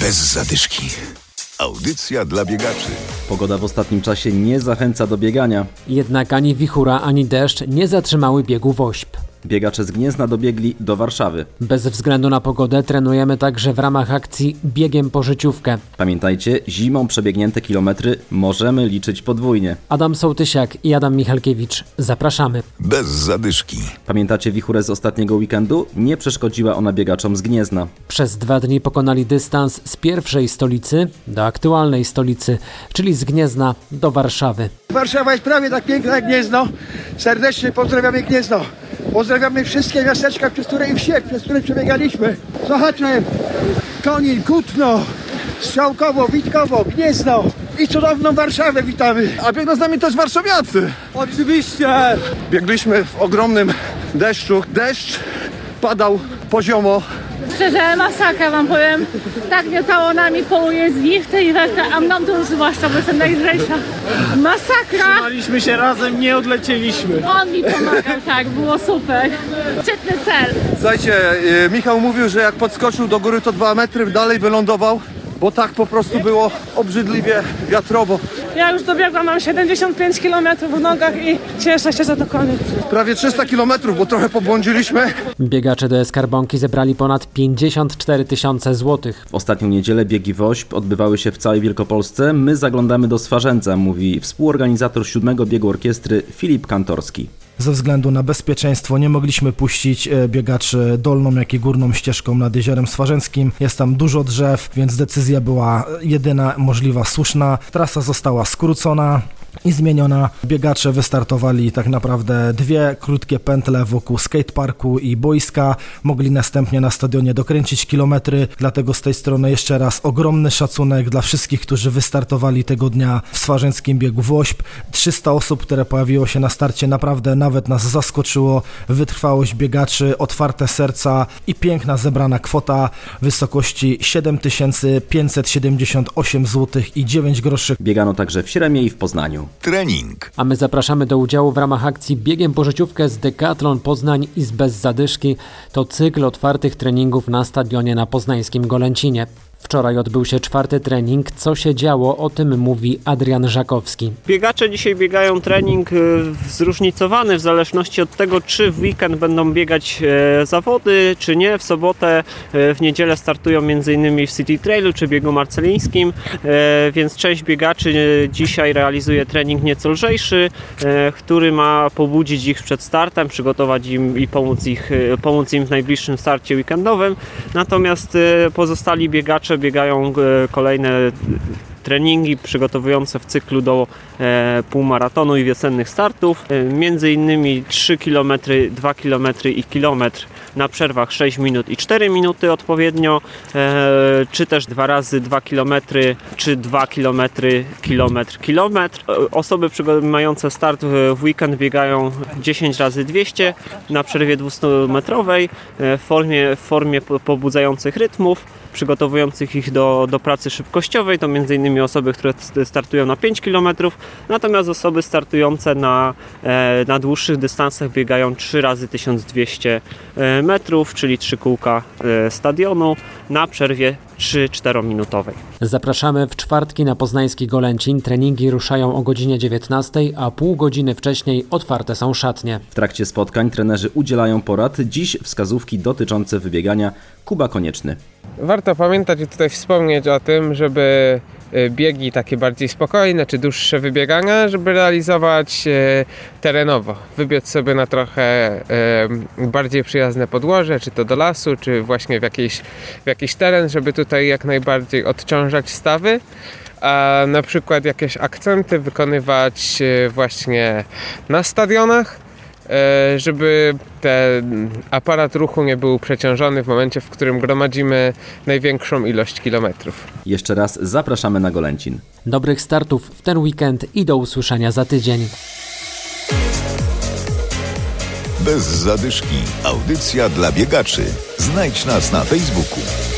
Bez zadyszki. Audycja dla biegaczy. Pogoda w ostatnim czasie nie zachęca do biegania. Jednak ani wichura, ani deszcz nie zatrzymały biegu WOŚP. Biegacze z Gniezna dobiegli do Warszawy. Bez względu na pogodę trenujemy także w ramach akcji Biegiem po życiówkę. Pamiętajcie, zimą przebiegnięte kilometry możemy liczyć podwójnie. Adam Sołtysiak i Adam Michalkiewicz. Zapraszamy. Bez zadyszki. Pamiętacie wichurę z ostatniego weekendu? Nie przeszkodziła ona biegaczom z Gniezna. Przez 2 dni pokonali dystans z pierwszej stolicy do aktualnej stolicy, czyli z Gniezna do Warszawy. Warszawa jest prawie tak piękna jak Gniezno. Serdecznie pozdrawiamy Gniezno. Pozdrawiamy wszystkie miasteczka, przez które przebiegaliśmy. Sochaczem, Konin, Kutno, Strzałkowo, Witkowo, Gniezno i cudowną Warszawę witamy. A biegną z nami też warszawiacy. Oczywiście! Biegliśmy w ogromnym deszczu. Deszcz padał poziomo. Szczerze, masakra wam powiem. Tak miotało nami po ujezdni w tej wetrze, a mną to już zwłaszcza, bo jestem najlżejsza. Masakra! Trzymaliśmy się razem, nie odlecieliśmy. On mi pomagał, tak, było super. Szczytny cel. Słuchajcie, Michał mówił, że jak podskoczył do góry, to 2 metry dalej wylądował, bo tak po prostu było obrzydliwie wiatrowo. Ja już dobiegłam, mam 75 km w nogach i cieszę się, że to koniec. Prawie 300 kilometrów, bo trochę pobłądziliśmy. Biegacze do Skarbonki zebrali ponad 54 000 złotych. W ostatnią niedzielę biegi WOŚP odbywały się w całej Wielkopolsce. My zaglądamy do Swarzędza, mówi współorganizator 7. biegu orkiestry Filip Kantorski. Ze względu na bezpieczeństwo nie mogliśmy puścić biegaczy dolną, jak i górną ścieżką nad Jeziorem Swarzędzkim. Jest tam dużo drzew, więc decyzja była jedyna możliwa, słuszna. Trasa została skrócona i zmieniona. Biegacze wystartowali tak naprawdę 2 krótkie pętle wokół skateparku i boiska. Mogli następnie na stadionie dokręcić kilometry, dlatego z tej strony jeszcze raz ogromny szacunek dla wszystkich, którzy wystartowali tego dnia w Swarzędzkim biegu WOŚP. 300 osób, które pojawiło się na starcie, naprawdę nawet nas zaskoczyło. Wytrwałość biegaczy, otwarte serca i piękna zebrana kwota w wysokości 7578 zł i 9 groszy. Biegano także w Śremie i w Poznaniu. Trening. A my zapraszamy do udziału w ramach akcji Biegiem po życiówkę z Decathlon Poznań i z Bez zadyszki. To cykl otwartych treningów na stadionie na poznańskim Golęcinie. Wczoraj odbył się 4. trening. Co się działo, o tym mówi Adrian Żakowski. Biegacze dzisiaj biegają trening zróżnicowany w zależności od tego, czy w weekend będą biegać zawody, czy nie. W sobotę, w niedzielę startują m.in. w City Trailu czy biegu marcelińskim, więc część biegaczy dzisiaj realizuje trening nieco lżejszy, który ma pobudzić ich przed startem, przygotować im i pomóc im w najbliższym starcie weekendowym. Natomiast pozostali biegacze biegają kolejne treningi przygotowujące w cyklu do półmaratonu i wiosennych startów. Między innymi 3 km, 2 km i kilometr na przerwach 6 minut i 4 minuty odpowiednio, czy też 2 razy 2 km, czy 2 km, kilometr. Osoby mające start w weekend biegają 10 razy 200 na przerwie 200-metrowej w formie pobudzających rytmów, przygotowujących ich do pracy szybkościowej. To m.in. osoby, które startują na 5 km, natomiast osoby startujące na dłuższych dystansach biegają 3 razy 1200 metrów, czyli 3 kółka stadionu na przerwie 3-4 minutowej. Zapraszamy w czwartki na poznański Golęcin. Treningi ruszają o godzinie 19, a pół godziny wcześniej otwarte są szatnie. W trakcie spotkań trenerzy udzielają porad. Dziś wskazówki dotyczące wybiegania. Kuba Konieczny. Warto pamiętać i tutaj wspomnieć o tym, żeby biegi takie bardziej spokojne czy dłuższe wybiegania, żeby realizować terenowo. Wybiec sobie na trochę bardziej przyjazne podłoże, czy to do lasu, czy właśnie w jakiś teren, żeby tutaj jak najbardziej odciążać stawy. A na przykład jakieś akcenty wykonywać właśnie na stadionach, żeby ten aparat ruchu nie był przeciążony w momencie, w którym gromadzimy największą ilość kilometrów. Jeszcze raz zapraszamy na Golęcin. Dobrych startów w ten weekend i do usłyszenia za tydzień. Bez zadyszki. Audycja dla biegaczy. Znajdź nas na Facebooku.